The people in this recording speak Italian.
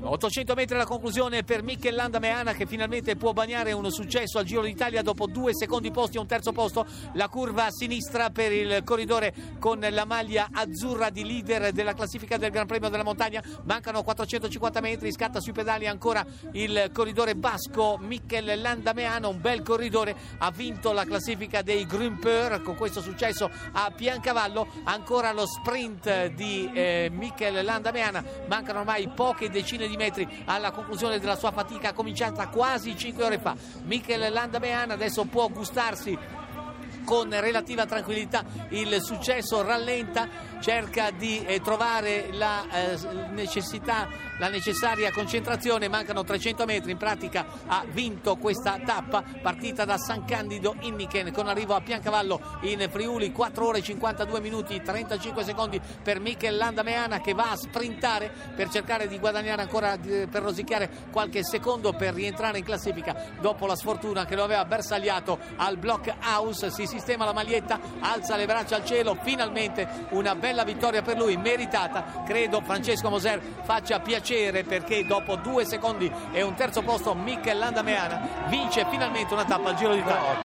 800 metri alla conclusione per Mikel Landa Meana, che finalmente può bagnare un successo al Giro d'Italia dopo 2 secondi posti e un terzo posto. La curva a sinistra per il corridore con la maglia azzurra di leader della classifica del Gran Premio della Montagna. Mancano 450 metri, scatta sui pedali ancora il corridore basco Mikel Landa Meana, un bel corridore, ha vinto la classifica dei Grimpeur con questo successo a Piancavallo. Ancora lo sprint di Mikel Landa Meana, mancano ormai poche decine di metri alla conclusione della sua fatica cominciata quasi 5 ore fa. Mikel Landa Meana adesso può gustarsi con relativa tranquillità il successo, rallenta, cerca di trovare la necessaria concentrazione. Mancano 300 metri, in pratica ha vinto questa tappa partita da San Candido Innichen con arrivo a Piancavallo in Friuli. 4 ore 52 minuti 35 secondi per Mikel Landa Meana, che va a sprintare per cercare di guadagnare ancora, per rosicchiare qualche secondo per rientrare in classifica dopo la sfortuna che lo aveva bersagliato al Blockhouse. Si sistema la maglietta, alza le braccia al cielo, finalmente una bella vittoria per lui, meritata. Credo Francesco Moser faccia piacere, perché dopo 2 secondi e un terzo posto Mikel Landa Meana vince finalmente una tappa al Giro d'Italia.